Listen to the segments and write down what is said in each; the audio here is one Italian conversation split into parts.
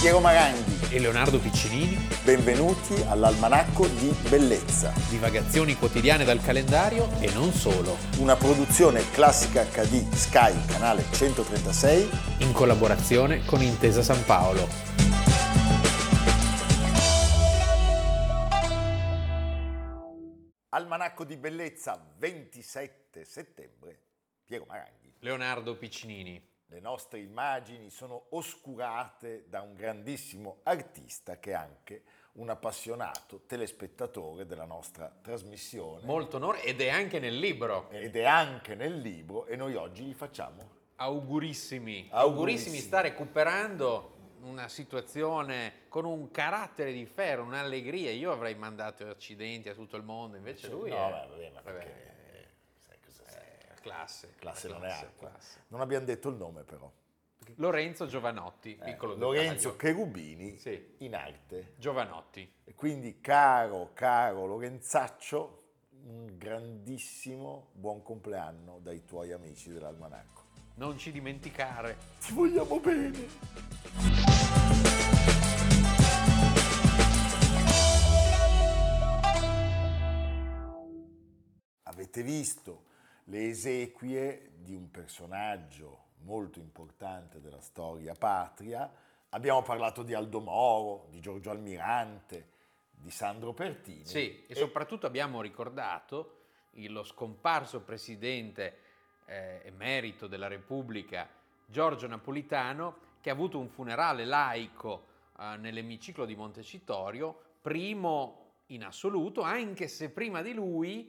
Piero Maranghi e Leonardo Piccinini. Benvenuti all'Almanacco di Bellezza. Divagazioni quotidiane dal calendario e non solo. Una produzione Classica HD Sky, canale 136. In collaborazione con Intesa San Paolo. Almanacco di Bellezza, 27 settembre. Piero Maranghi. Leonardo Piccinini. Le nostre immagini sono oscurate da un grandissimo artista che è anche un appassionato telespettatore della nostra trasmissione. Molto onore, ed è anche nel libro. Ed è anche nel libro e noi oggi gli facciamo Augurissimi. Augurissimi. Sta recuperando una situazione con un carattere di ferro, un'allegria. Io avrei mandato accidenti a tutto il mondo, invece lui no, è... vabbè, ma perché sai cosa sei? Classe Non è alta. classe. Non abbiamo detto il nome però. Lorenzo Giovanotti, piccolo Lorenzo dettaglio. Cherubini, Sì. in arte. Giovanotti. E quindi caro Lorenzaccio, un grandissimo buon compleanno dai tuoi amici dell'Almanacco. Non ci dimenticare. Ti vogliamo bene. Avete visto le esequie di un personaggio molto importante della storia patria. Abbiamo parlato di Aldo Moro, di Giorgio Almirante, di Sandro Pertini. Sì, e soprattutto abbiamo ricordato lo scomparso presidente emerito della Repubblica Giorgio Napolitano, che ha avuto un funerale laico nell'emiciclo di Montecitorio, primo in assoluto, anche se prima di lui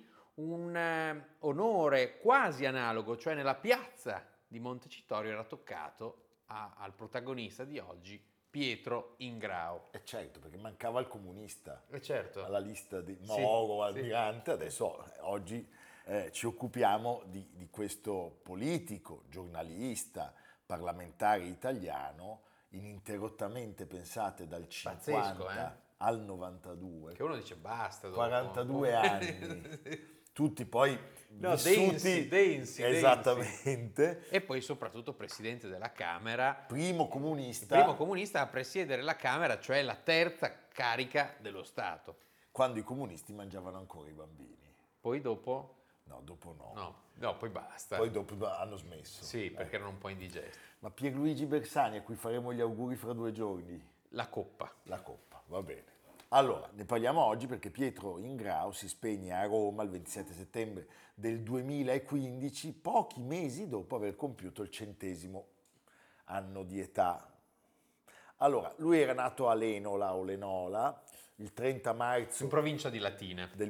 un onore quasi analogo, cioè nella piazza di Montecitorio era toccato al protagonista di oggi, Pietro Ingrao. E certo, perché mancava il comunista Certo. alla lista di Moro, Almirante. Adesso oggi ci occupiamo di questo politico, giornalista, parlamentare italiano, ininterrottamente, pensate, dal 50 al 92. Che uno dice basta dopo. 42 anni. Tutti poi vissuti densi. Esattamente. E poi soprattutto presidente della Camera. Primo comunista a presiedere la Camera, cioè la terza carica dello Stato. Quando i comunisti mangiavano ancora i bambini. Poi dopo? No, dopo no. No, poi basta. Poi dopo hanno smesso. Sì, perché erano un po' indigesti. Ma Pierluigi Bersani, a cui faremo gli auguri fra 2 giorni? La Coppa, va bene. Allora, ne parliamo oggi perché Pietro Ingrao si spegne a Roma il 27 settembre del 2015, pochi mesi dopo aver compiuto il 100° anno di età. Allora, lui era nato a Lenola o Lenola il 30 marzo in provincia di Latina del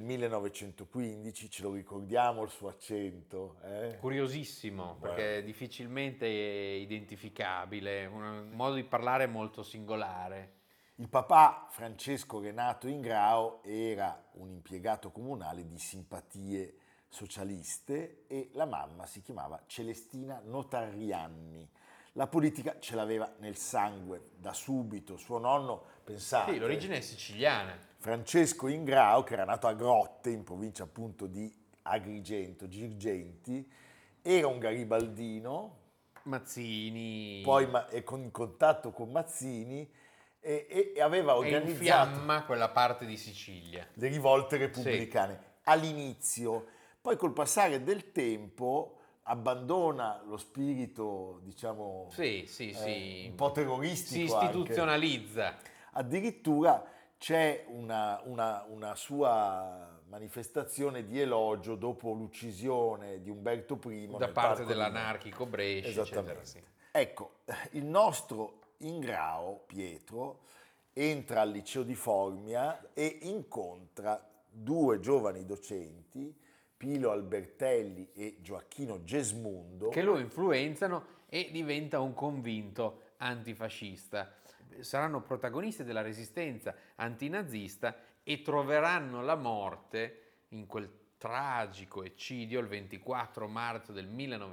1915, ce lo ricordiamo il suo accento? Curiosissimo, perché è difficilmente identificabile, un modo di parlare molto singolare. Il papà, Francesco Renato Ingrao, era un impiegato comunale di Simpatie Socialiste e la mamma si chiamava Celestina Notarianni. La politica ce l'aveva nel sangue da subito. Suo nonno, pensate... Sì, l'origine è siciliana. Francesco Ingrao, che era nato a Grotte, in provincia appunto di Agrigento, Girgenti, era un garibaldino. Mazzini. Poi è in contatto con Mazzini e aveva organizzato... infiamma quella parte di Sicilia. Le rivolte repubblicane. Sì. All'inizio. Poi col passare del tempo abbandona lo spirito, diciamo, un po' terroristico. Si istituzionalizza. Anche. Addirittura c'è una sua manifestazione di elogio dopo l'uccisione di Umberto I da parte dell'anarchico Brescia. Esattamente. Eccetera, sì. Ecco, il nostro Ingrao, Pietro, entra al liceo di Formia e incontra 2 giovani docenti, Pilo Albertelli e Gioacchino Gesmundo, che lo influenzano e diventa un convinto antifascista. Saranno protagonisti della resistenza antinazista e troveranno la morte in quel tragico eccidio il 24 marzo del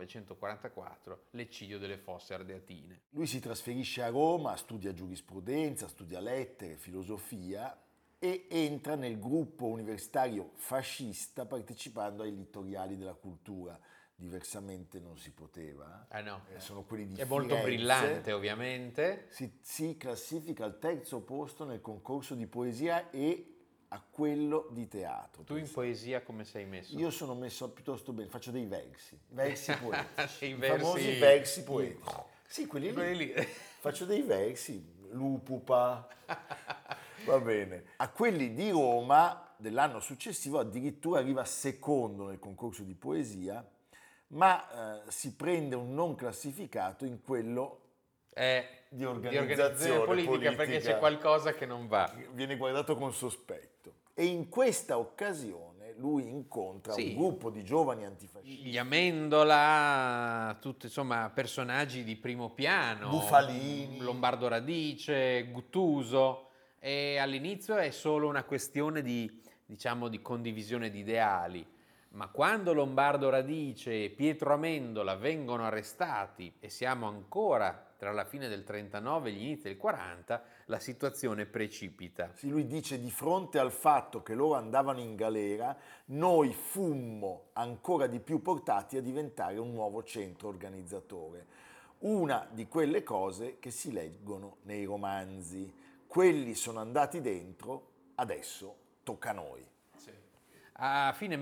1944, l'eccidio delle Fosse Ardeatine. Lui si trasferisce a Roma, studia giurisprudenza, studia lettere, filosofia e entra nel gruppo universitario fascista partecipando ai littoriali della cultura diversamente non si poteva. No. Sono quelli di È molto Firenze. brillante, ovviamente. Si classifica al terzo posto nel concorso di poesia e a quello di teatro. Tu in poesia come sei messo? Io sono messo piuttosto bene, faccio dei versi poetici, I famosi versi- versi poetici. Sì, quelli Quelli lì. lì. Faccio dei versi, lupupa, va bene. A quelli di Roma dell'anno successivo addirittura arriva secondo nel concorso di poesia, ma si prende un non classificato in quello di organizzazione politica, perché c'è qualcosa che non va. viene guardato con sospetto. E in questa occasione lui incontra un Sì. gruppo di giovani antifascisti. Gli Amendola, tutti insomma personaggi di primo piano, Bufalini. Lombardo Radice, Guttuso, e all'inizio è solo una questione di, diciamo, di condivisione di ideali, ma quando Lombardo Radice e Pietro Amendola vengono arrestati e siamo ancora tra la fine del 39 e gli inizi del 40, la situazione precipita. Sì, lui dice di fronte al fatto che loro andavano in galera, noi fummo ancora di più portati a diventare un nuovo centro organizzatore. Una di quelle cose che si leggono nei romanzi. Quelli sono andati dentro, adesso tocca a noi. A fine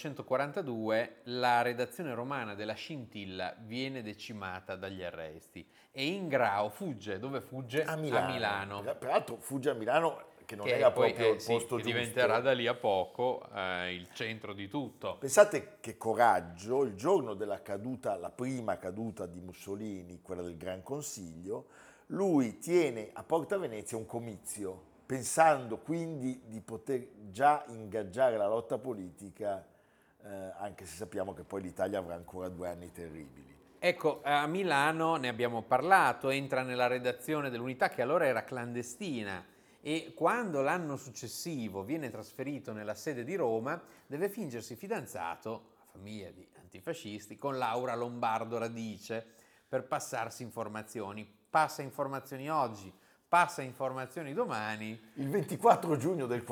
1942 la redazione romana della Scintilla viene decimata dagli arresti e Ingrao fugge. Dove fugge? A Milano. A Peraltro fugge a Milano, che non che era poi, proprio il sì, posto che giusto. diventerà da lì a poco il centro di tutto. Pensate che coraggio, il giorno della caduta, la prima caduta di Mussolini, quella del Gran Consiglio, lui tiene a Porta Venezia un comizio, pensando quindi di poter già ingaggiare la lotta politica, anche se sappiamo che poi l'Italia avrà ancora 2 anni terribili. Ecco, a Milano ne abbiamo parlato, entra nella redazione dell'Unità che allora era clandestina e quando l'anno successivo viene trasferito nella sede di Roma deve fingersi fidanzato, famiglia di antifascisti, con Laura Lombardo Radice per passarsi informazioni. Passa informazioni oggi, passa informazioni domani. Il 24 giugno del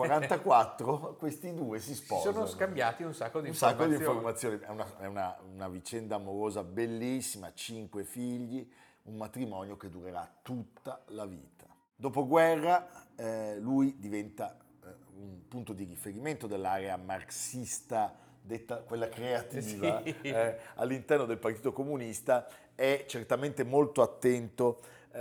44 questi due si Si sposano. sono scambiati un sacco di Un sacco informazioni. di informazioni. È una vicenda amorosa bellissima, 5 figli, un matrimonio che durerà tutta la vita. Dopoguerra lui diventa un punto di riferimento dell'area marxista, detta quella creativa, Sì. all'interno del Partito Comunista, è certamente molto attento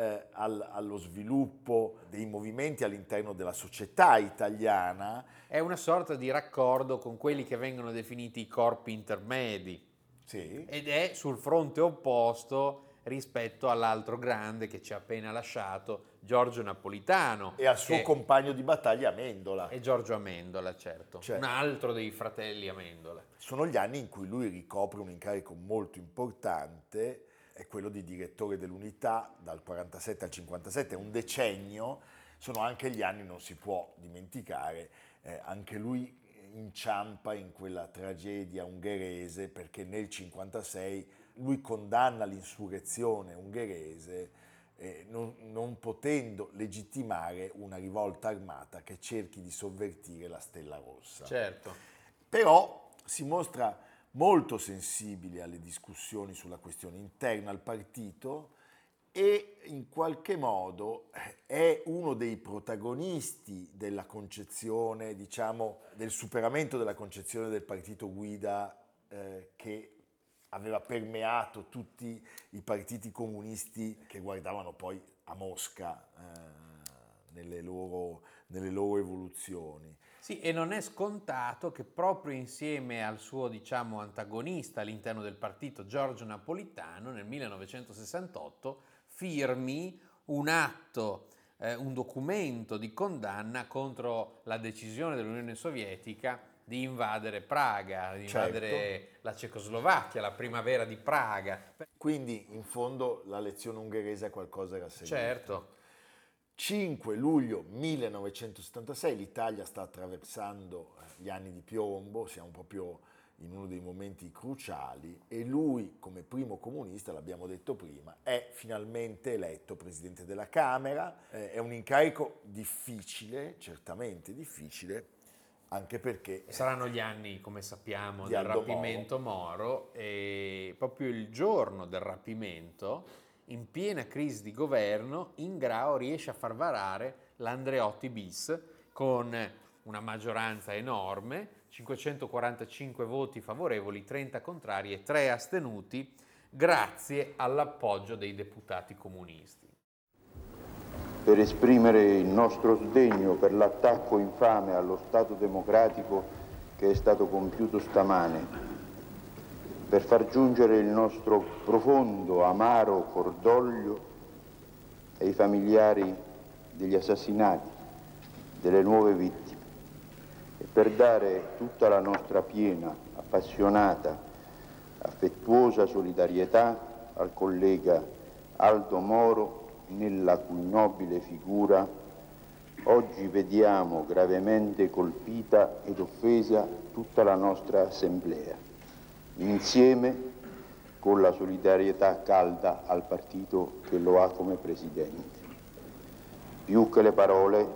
allo sviluppo dei movimenti all'interno della società italiana. È una sorta di raccordo con quelli che vengono definiti i corpi intermedi. Sì. Ed è sul fronte opposto rispetto all'altro grande che ci ha appena lasciato, Giorgio Napolitano. E al suo compagno di battaglia Amendola. E Giorgio Amendola, certo. Cioè, un altro dei fratelli Amendola. Sono gli anni in cui lui ricopre un incarico molto importante, è quello di direttore dell'Unità dal 47 al 57, un decennio. Sono anche gli anni, non si può dimenticare, anche lui inciampa in quella tragedia ungherese perché nel 56 lui condanna l'insurrezione ungherese non potendo legittimare una rivolta armata che cerchi di sovvertire la Stella Rossa. Certo. Però si mostra molto sensibile alle discussioni sulla questione interna al partito e in qualche modo è uno dei protagonisti della concezione, diciamo, del superamento della concezione del partito guida che aveva permeato tutti i partiti comunisti che guardavano poi a Mosca nelle loro evoluzioni. Sì, e non è scontato che proprio insieme al suo, diciamo, antagonista all'interno del partito, Giorgio Napolitano, nel 1968 firmi un atto, un documento di condanna contro la decisione dell'Unione Sovietica di invadere Praga, di invadere la Cecoslovacchia, la primavera di Praga. Quindi in fondo la lezione ungherese qualcosa era seguita. Certo. 5 luglio 1976 l'Italia sta attraversando gli anni di piombo, siamo proprio in uno dei momenti cruciali e lui come primo comunista, l'abbiamo detto prima, è finalmente eletto presidente della Camera, è un incarico difficile, certamente difficile, Anche perché saranno gli anni, come sappiamo, di del Aldo rapimento Moro, e proprio il giorno del rapimento, in piena crisi di governo, Ingrao riesce a far varare l'Andreotti bis con una maggioranza enorme, 545 voti favorevoli, 30 contrari e 3 astenuti, grazie all'appoggio dei deputati comunisti. Per esprimere il nostro sdegno per l'attacco infame allo Stato democratico che è stato compiuto stamane, per far giungere il nostro profondo, amaro cordoglio ai familiari degli assassinati, delle nuove vittime, e per dare tutta la nostra piena, appassionata, affettuosa solidarietà al collega Aldo Moro, nella cui nobile figura oggi vediamo gravemente colpita ed offesa tutta la nostra Assemblea, insieme con la solidarietà calda al partito che lo ha come presidente. Più che le parole,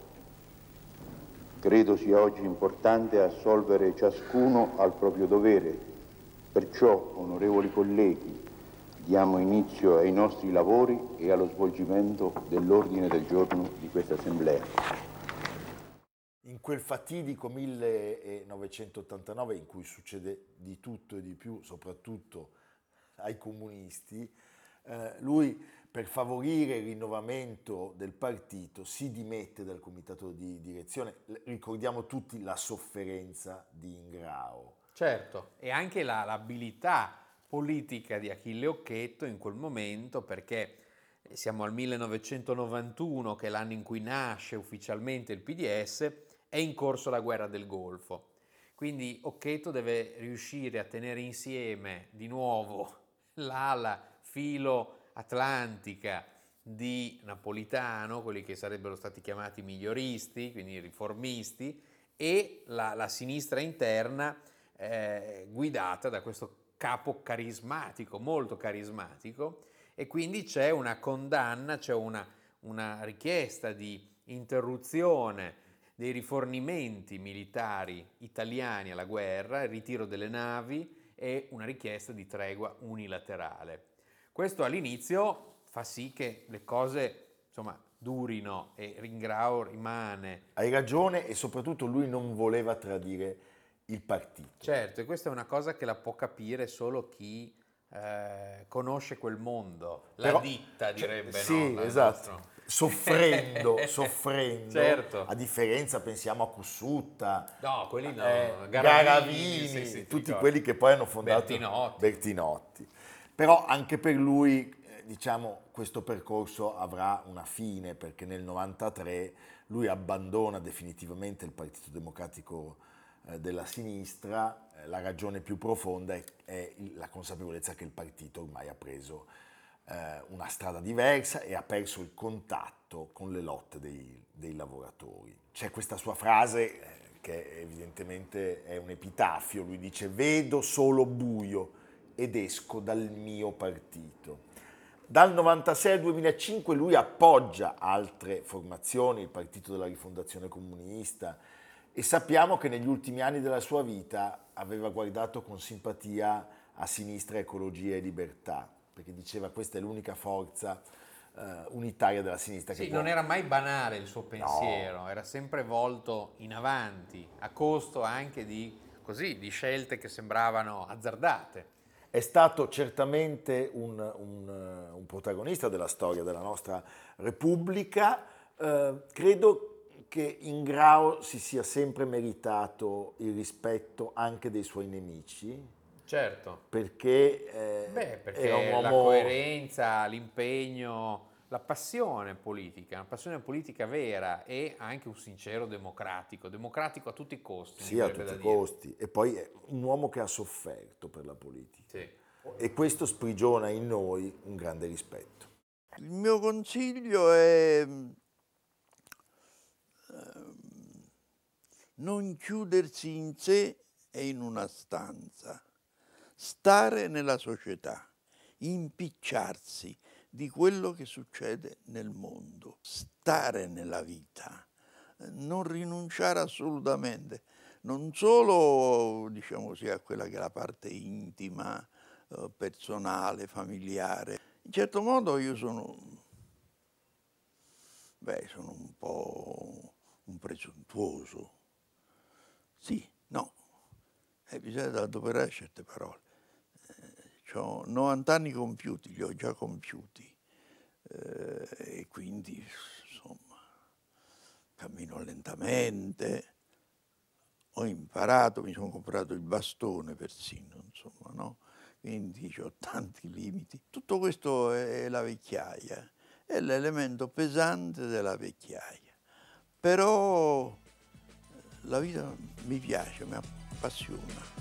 credo sia oggi importante assolvere ciascuno al proprio dovere. Perciò, onorevoli colleghi, diamo inizio ai nostri lavori e allo svolgimento dell'ordine del giorno di questa Assemblea. in quel fatidico 1989 in cui succede di tutto e di più, soprattutto ai comunisti, lui per favorire il rinnovamento del partito si dimette dal comitato di direzione. Ricordiamo tutti la sofferenza di Ingrao. Certo, e anche l'abilità politica di Achille Occhetto in quel momento, perché siamo al 1991, che è l'anno in cui nasce ufficialmente il PDS, è in corso la guerra del Golfo. Quindi Occhetto deve riuscire a tenere insieme di nuovo l'ala filo-atlantica di Napolitano, quelli che sarebbero stati chiamati miglioristi, quindi i riformisti, e la sinistra interna guidata da questo capo carismatico, molto carismatico, e quindi c'è una condanna, c'è una richiesta di interruzione dei rifornimenti militari italiani alla guerra, il ritiro delle navi e una richiesta di tregua unilaterale. Questo all'inizio fa sì che le cose, insomma, durino, e Ingrao rimane. Hai ragione, e soprattutto lui non voleva tradire il partito. Certo, e questa è una cosa che la può capire solo chi conosce quel mondo, la ditta direbbe, sì, no? esatto. Soffrendo, Certo. a differenza, pensiamo a Cussutta, No, quelli no, Garavini, sì, tutti ricordo. quelli che poi hanno fondato Bertinotti. Però anche per lui, diciamo, questo percorso avrà una fine, perché nel 93 lui abbandona definitivamente il Partito Democratico della sinistra. La ragione più profonda è la consapevolezza che il partito ormai ha preso una strada diversa e ha perso il contatto con le lotte dei lavoratori. C'è questa sua frase che evidentemente è un epitaffio, lui dice: vedo solo buio ed esco dal mio partito. Dal 96 al 2005 lui appoggia altre formazioni, il Partito della Rifondazione Comunista, e sappiamo che negli ultimi anni della sua vita aveva guardato con simpatia a Sinistra, Ecologia e Libertà, perché diceva: questa è l'unica forza unitaria della sinistra. Sì, che può... non era mai banale il suo pensiero, era sempre volto in avanti, a costo anche di scelte che sembravano azzardate. È stato certamente un protagonista della storia della nostra Repubblica. Credo che Ingrao si sia sempre meritato il rispetto anche dei suoi nemici. Certo. Perché, Perché era un uomo... la coerenza, l'impegno, la passione politica, una passione politica vera, e anche un sincero democratico a tutti i costi. Sì, a tutti i costi. E poi è un uomo che ha sofferto per la politica. Sì. E questo sprigiona in noi un grande rispetto. Il mio consiglio è non chiudersi in sé e in una stanza, stare nella società, impicciarsi di quello che succede nel mondo, stare nella vita, non rinunciare assolutamente non solo diciamo così a quella che è la parte intima, personale, familiare. In certo modo io sono un po' un presuntuoso. Sì, no, bisogna adoperare certe parole. Ho 90 anni compiuti, li ho già compiuti, e quindi insomma cammino lentamente, ho imparato, mi sono comprato il bastone persino, insomma, no? Quindi ho tanti limiti. Tutto questo è la vecchiaia, è l'elemento pesante della vecchiaia. Però la vita mi piace, mi appassiona.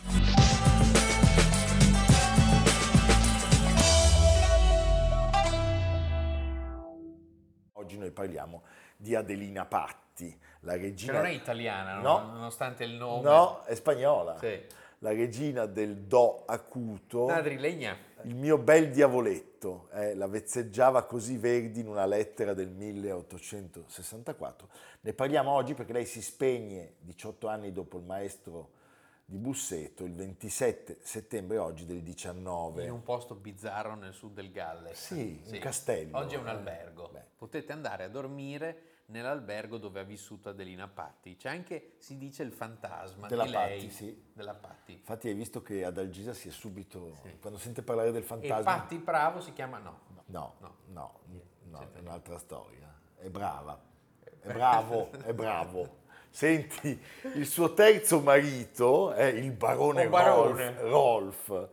Oggi noi parliamo di Adelina Patti, la Che regina... non è italiana, No. nonostante il nome. No, è spagnola. Sì. La regina del do acuto. Madrilegna. Il mio bel diavoletto, la vezzeggiava così Verdi in una lettera del 1864. Ne parliamo oggi perché lei si spegne 18 anni dopo il maestro di Busseto, il 27 settembre oggi del 19. In un posto bizzarro nel sud del Galles. Sì, un castello. Oggi è un albergo. Beh. Potete andare a dormire nell'albergo dove ha vissuto Adelina Patti. C'è anche, si dice, il fantasma Della di lei. Patti, sì. Della Patti. Infatti hai visto che ad Algisa si è subito, quando sente parlare del E fantasma... Patti Bravo si chiama... No, Niente. è un'altra storia. È brava, è bravo, è bravo. Senti, il suo terzo marito, il barone Rolf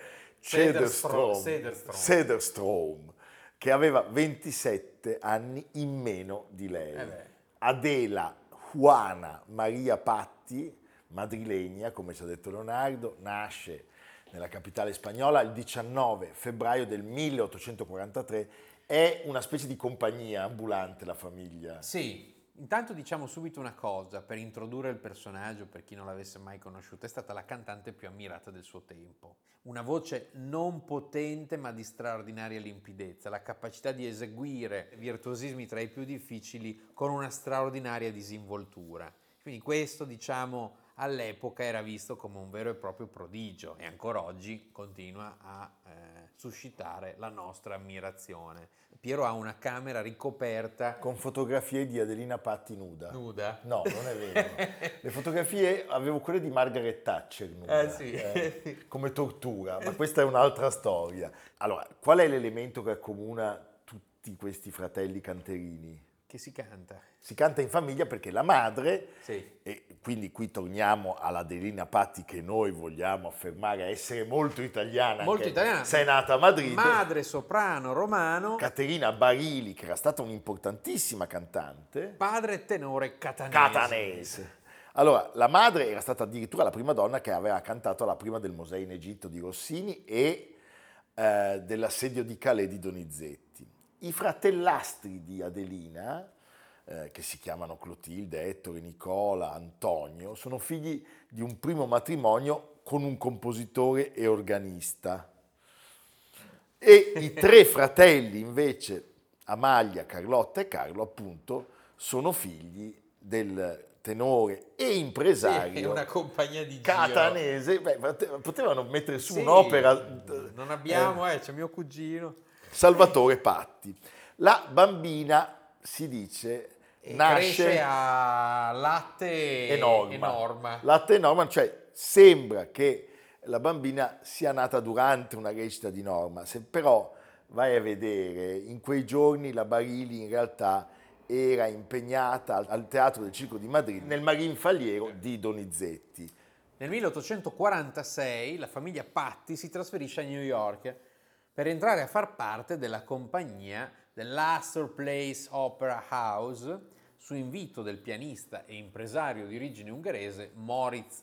Cederstrom, che aveva 27 anni in meno di lei. Adela Juana Maria Patti, madrilegna, come ci ha detto Leonardo, nasce nella capitale spagnola il 19 febbraio del 1843. È una specie di compagnia ambulante la famiglia. Sì, intanto diciamo subito una cosa per introdurre il personaggio, per chi non l'avesse mai conosciuta. È stata la cantante più ammirata del suo tempo. Una voce non potente ma di straordinaria limpidezza, la capacità di eseguire virtuosismi tra i più difficili con una straordinaria disinvoltura. Quindi questo, diciamo, all'epoca era visto come un vero e proprio prodigio e ancora oggi continua a suscitare la nostra ammirazione. Piero ha una camera ricoperta Con fotografie di Adelina Patti nuda. nuda. No, non è vero. Le fotografie avevo quelle di Margaret Thatcher nuda, Sì. come tortura, ma questa è un'altra storia. Allora, qual è l'elemento che accomuna tutti questi fratelli canterini? Che si canta. Si canta in famiglia perché la madre, Sì. e quindi qui torniamo all'Adelina Patti che noi vogliamo affermare essere molto italiana, Molto anche italiana. se è nata a Madrid, Madre soprano romano, Caterina Barili, che era stata un'importantissima cantante, padre tenore catanese. catanese. Allora, la madre era stata addirittura la prima donna che aveva cantato alla prima del Mosè in Egitto di Rossini e dell'assedio di Calais di Donizetti. I fratellastri di Adelina, che si chiamano Clotilde, Ettore, Nicola, Antonio, sono figli di un primo matrimonio con un compositore e organista. E i tre fratelli invece, Amalia, Carlotta e Carlo, appunto, sono figli del tenore e impresario Sì, è una compagnia di giro. catanese. Beh, potevano mettere su Sì, un'opera. Non abbiamo, c'è mio cugino. Salvatore Patti. La bambina, si dice, nasce Cresce a latte e Norma. Latte e Norma, cioè sembra che la bambina sia nata durante una recita di Norma, se però vai a vedere, in quei giorni la Barili in realtà era impegnata al Teatro del Circo di Madrid nel Marinfaliero di Donizetti. Nel 1846 la famiglia Patti si trasferisce a New York per entrare a far parte della compagnia dell'Astor Place Opera House su invito del pianista e impresario di origine ungherese Moritz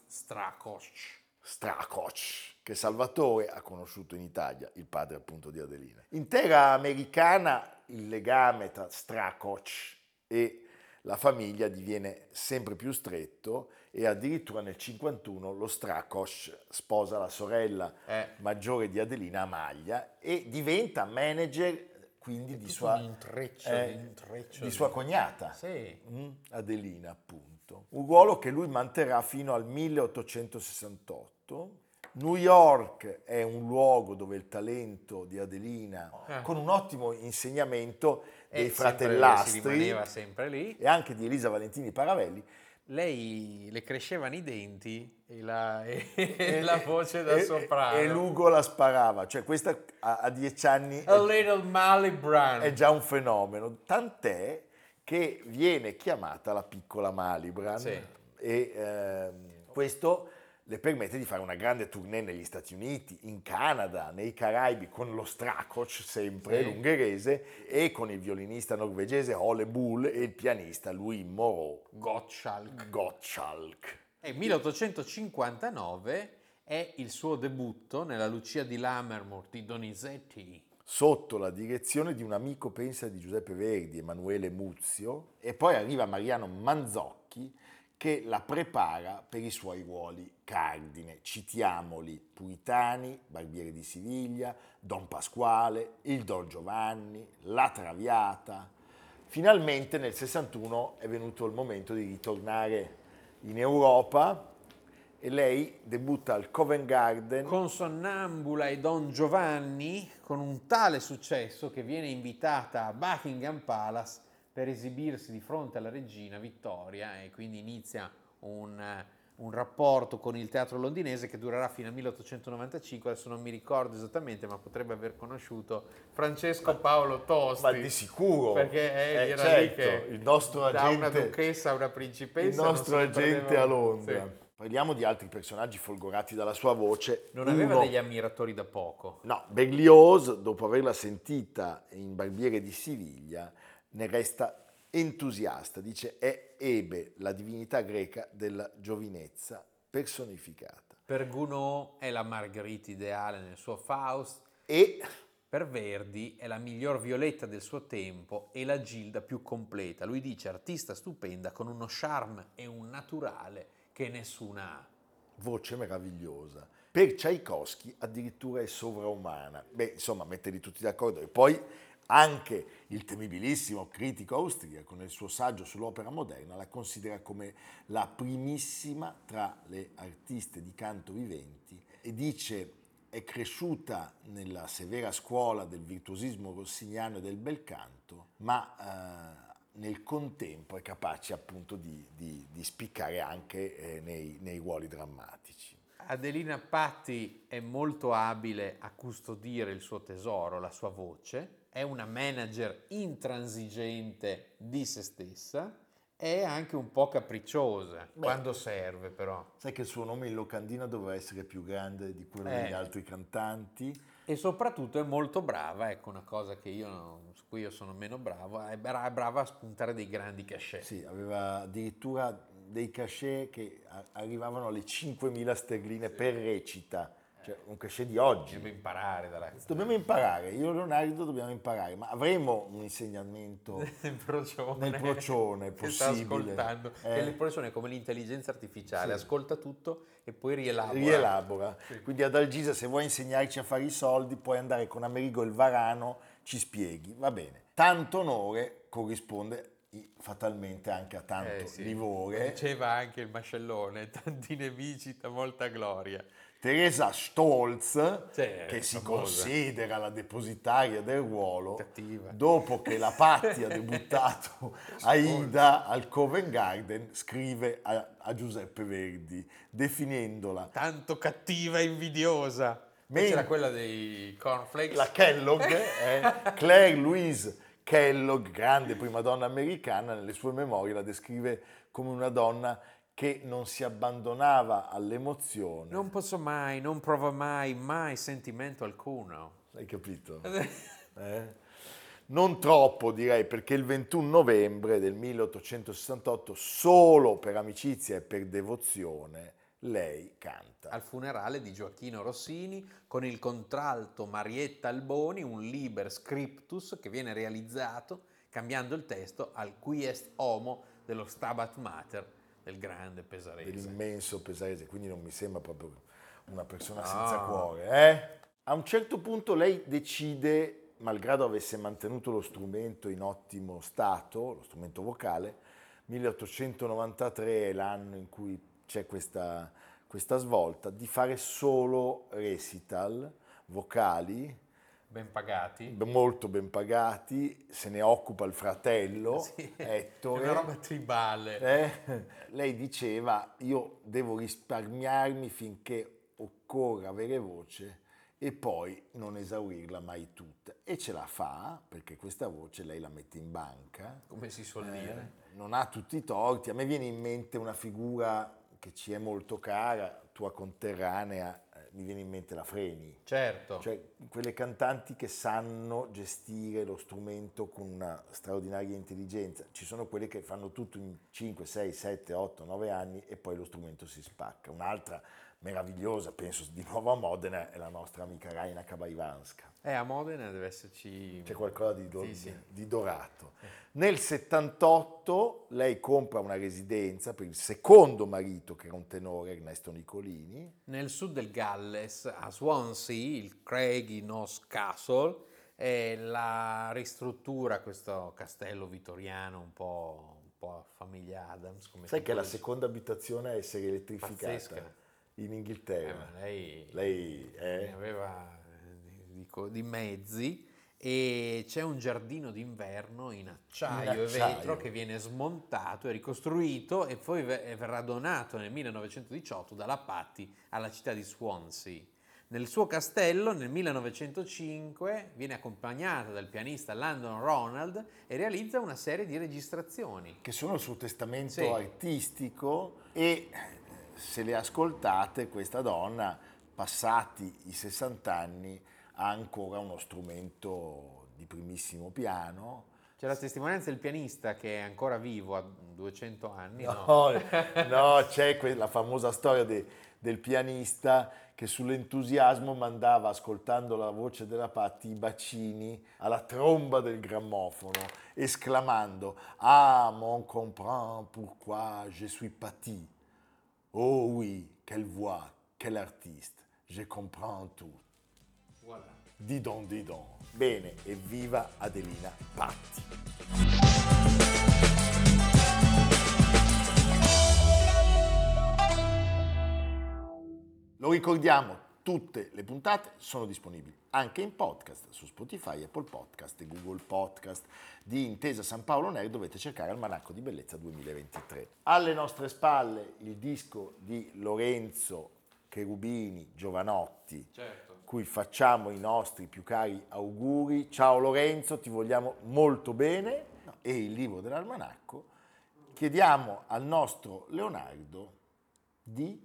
Strakos, che Salvatore ha conosciuto in Italia, il padre appunto di Adelina. In terra americana il legame tra Strakos e la famiglia diviene sempre più stretto e addirittura nel 1951 lo Strakos sposa la sorella maggiore di Adelina, Amalia, e diventa manager quindi di sua, intreccio di sua cognata, Sì. Adelina appunto. debutto, un ruolo che lui manterrà fino al 1868. New York è un luogo dove il talento di Adelina, con un ottimo insegnamento dei Si fratellastri rimaneva sempre lì. e anche di Elisa Valentini Paravelli, Lei le crescevano i denti e la voce da soprano. e Lugo la sparava, cioè questa a 10 anni A little Molly Brown. è già un fenomeno, tant'è che viene chiamata la piccola Malibran. Sì. E questo le permette di fare una grande tournée negli Stati Uniti, in Canada, nei Caraibi, con lo Strakoc, sempre Sì. l'ungherese, e con il violinista norvegese Ole Bull e il pianista Louis Moreau Gottschalk. E 1859 è il suo debutto nella Lucia di Lammermoor di Donizetti. Sotto la direzione di un amico, pensa, di Giuseppe Verdi, Emanuele Muzio, e poi arriva Mariano Manzocchi che la prepara per i suoi ruoli cardine. Citiamoli: Puritani, Barbiere di Siviglia, Don Pasquale, il Don Giovanni, La Traviata. Finalmente nel 61 è venuto il momento di ritornare in Europa e lei debutta al Covent Garden. Con Sonnambula e Don Giovanni, con un tale successo che viene invitata a Buckingham Palace per esibirsi di fronte alla regina Vittoria, e quindi inizia un rapporto con il teatro londinese che durerà fino al 1895. Adesso non mi ricordo esattamente, ma potrebbe aver conosciuto Francesco Paolo Tosti. Ma di sicuro, perché era certo, lì che il nostro da una agente, duchessa a una principessa, il nostro non se ne agente perdeva a uno. Londra. Sì. Parliamo di altri personaggi folgorati dalla sua voce. Non aveva Uno- degli ammiratori da poco. No, Berlioz, dopo averla sentita in Barbiere di Siviglia, ne resta entusiasta. Dice: è Ebe, la divinità greca della giovinezza personificata. Per Gounod è la Marguerite ideale nel suo Faust. E Per Verdi è la miglior Violetta del suo tempo e la Gilda più completa. Lui dice: artista stupenda con uno charme e un naturale che nessuna ha. voce meravigliosa. Per Tchaikovsky addirittura è sovraumana. Beh, insomma, metterli tutti d'accordo. E poi anche il temibilissimo critico austriaco, nel suo saggio sull'opera moderna, la considera come la primissima tra le artiste di canto viventi e dice: è cresciuta nella severa scuola del virtuosismo rossiniano e del bel canto, ma nel contempo è capace appunto di spiccare anche nei ruoli drammatici. Adelina Patti è molto abile a custodire il suo tesoro, la sua voce, è una manager intransigente di se stessa, è anche un po' capricciosa quando serve, però. Sai che il suo nome in locandina doveva essere più grande di quello degli altri cantanti. E soprattutto è molto brava, ecco una cosa che su cui io sono meno bravo, è brava a spuntare dei grandi cachet. Sì, aveva addirittura dei cachet che arrivavano alle 5.000 sterline per recita, cioè un cachet di oggi. Dobbiamo imparare dalla Dobbiamo imparare, io e Leonardo dobbiamo imparare, ma avremo un insegnamento nel procione, nel procione che sta possibile. ascoltando. Che il procione è come l'intelligenza artificiale, ascolta tutto e poi rielabora. Quindi ad Algisa, se vuoi insegnarci a fare i soldi, puoi andare con Amerigo il Varano, ci spieghi, va bene. Tanto onore corrisponde fatalmente anche a tanto livore. Diceva anche il mascellone: tanti nemici, molta gloria. Teresa Stolz, Cioè, che si famosa. considera la depositaria del ruolo, Cattiva. dopo che la Patti ha debuttato Aida al Covent Garden, scrive a Giuseppe Verdi, definendola Tanto cattiva e invidiosa. C'era quella dei cornflakes. la Kellogg, Claire Louise Kellogg, grande prima donna americana, nelle sue memorie la descrive come una donna che non si abbandonava all'emozione. Non posso mai, non prova mai sentimento alcuno. Hai capito? Non troppo, direi, perché il 21 novembre del 1868, solo per amicizia e per devozione, lei canta. Al funerale di Gioacchino Rossini, con il contralto Marietta Alboni, un liber scriptus che viene realizzato cambiando il testo al Quiest Homo dello Stabat Mater del grande Pesarese. Dell'immenso Pesarese, quindi non mi sembra proprio una persona senza cuore. A un certo punto lei decide, malgrado avesse mantenuto lo strumento in ottimo stato, lo strumento vocale, 1893 è l'anno in cui c'è questa svolta, di fare solo recital vocali, Ben pagati. molto ben pagati, se ne occupa il fratello, Sì, Ettore. è una roba tribale. Lei diceva, io devo risparmiarmi finché occorra avere voce e poi non esaurirla mai tutta. E ce la fa, perché questa voce lei la mette in banca. Come si suol dire. Non ha tutti i torti. A me viene in mente una figura che ci è molto cara, tua conterranea, mi viene in mente la Freni. Certo. Cioè quelle cantanti che sanno gestire lo strumento con una straordinaria intelligenza. Ci sono quelle che fanno tutto in 5, 6, 7, 8, 9 anni e poi lo strumento si spacca. Un'altra meravigliosa, penso di nuovo a Modena, è la nostra amica Raina Kabaivanska. A Modena deve esserci... C'è qualcosa di, Sì. di dorato. Nel 78 lei compra una residenza per il secondo marito, che era un tenore, Ernesto Nicolini. Nel sud del Galles, a Swansea, il Craigie-Nos Castle, e la ristruttura questo castello vittoriano un po' a famiglia Adams. Come Sai si che è la dice. seconda abitazione a essere elettrificata Pazzesca. in Inghilterra. Ma lei Lei ne aveva di mezzi, e c'è un giardino d'inverno in acciaio e vetro che viene smontato e ricostruito e poi verrà donato nel 1918 dalla Patti alla città di Swansea. Nel suo castello nel 1905 viene accompagnata dal pianista Landon Ronald e realizza una serie di registrazioni. che sono il suo testamento Sì. artistico, e se le ascoltate, questa donna, passati i 60 anni, ha ancora uno strumento di primissimo piano. C'è la testimonianza del pianista che è ancora vivo a 200 anni, no? No, c'è la famosa storia del pianista che sull'entusiasmo mandava, ascoltando la voce della Patti, i bacini alla tromba del grammofono, esclamando «Ah, mon comprend pourquoi je suis Patti. Oh oui, quelle voix, quel artiste, je comprends tout. Voilà. Didon didon». Bene, evviva Adelina Patti. Lo ricordiamo, tutte le puntate sono disponibili anche in podcast su Spotify, Apple Podcast e Google Podcast. Di Intesa San Paolo Nerd dovete cercare Almanacco di Bellezza 2023. Alle nostre spalle il disco di Lorenzo Cherubini Giovanotti, Certo. cui facciamo i nostri più cari auguri. Ciao Lorenzo, ti vogliamo molto bene. E il libro dell'Almanacco, chiediamo al nostro Leonardo di...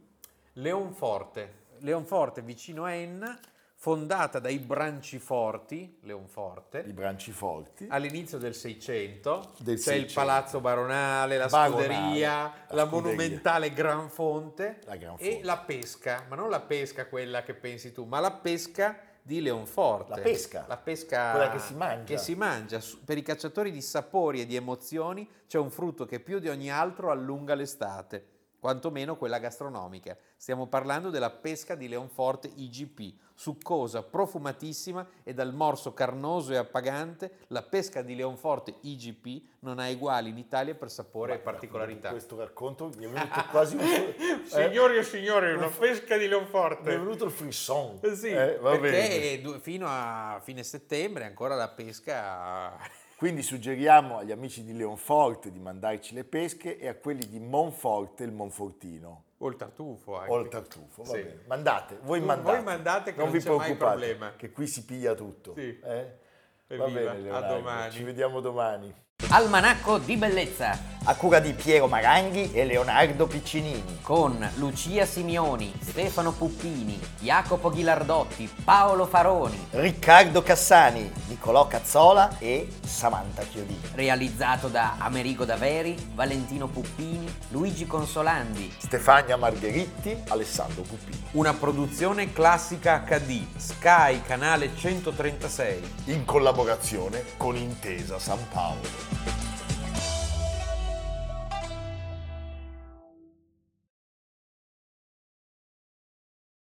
Leonforte vicino a Enna, fondata dai Branciforti, Leonforte, i Branciforti. all'inizio del 600, Del c'è il 600. Palazzo Baronale, la Baronale, scuderia, la la scuderia. monumentale Gran Fonte, La Gran e Fonte. la pesca, ma non la pesca quella che pensi tu, ma la pesca di Leonforte. La pesca? La pesca Quella che si mangia? Che si mangia. Per i cacciatori di sapori e di emozioni c'è un frutto che più di ogni altro allunga l'estate, quantomeno quella gastronomica. Stiamo parlando della pesca di Leonforte IGP, succosa, profumatissima e dal morso carnoso e appagante. La pesca di Leonforte IGP non ha uguali in Italia per sapore e particolarità. Questo racconto mi è venuto quasi un... Signori e signori, una pesca di mi è Leonforte. venuto il frisson. Sì, Va bene. perché fino a fine settembre ancora la pesca... Quindi suggeriamo agli amici di Leonforte di mandarci le pesche e a quelli di Monforte il Monfortino. O il tartufo anche. O il tartufo, va Sì. bene. Mandate, voi Voi mandate. mandate che non vi c'è mai preoccupate, problema. che qui si piglia tutto. Sì. Va Evviva, bene, a Leonardo. domani. Ci vediamo domani. Almanacco di Bellezza, a cura di Piero Maranghi e Leonardo Piccinini. con Lucia Simioni, Stefano Puppini, Jacopo Ghilardotti, Paolo Faroni, Riccardo Cassani, Nicolò Cazzola e Samantha Chiodini. realizzato da Amerigo Daveri, Valentino Puppini, Luigi Consolandi. Stefania Margheritti, Alessandro Puppini. Una produzione classica HD, Sky, canale 136. In collaborazione con Intesa San Paolo.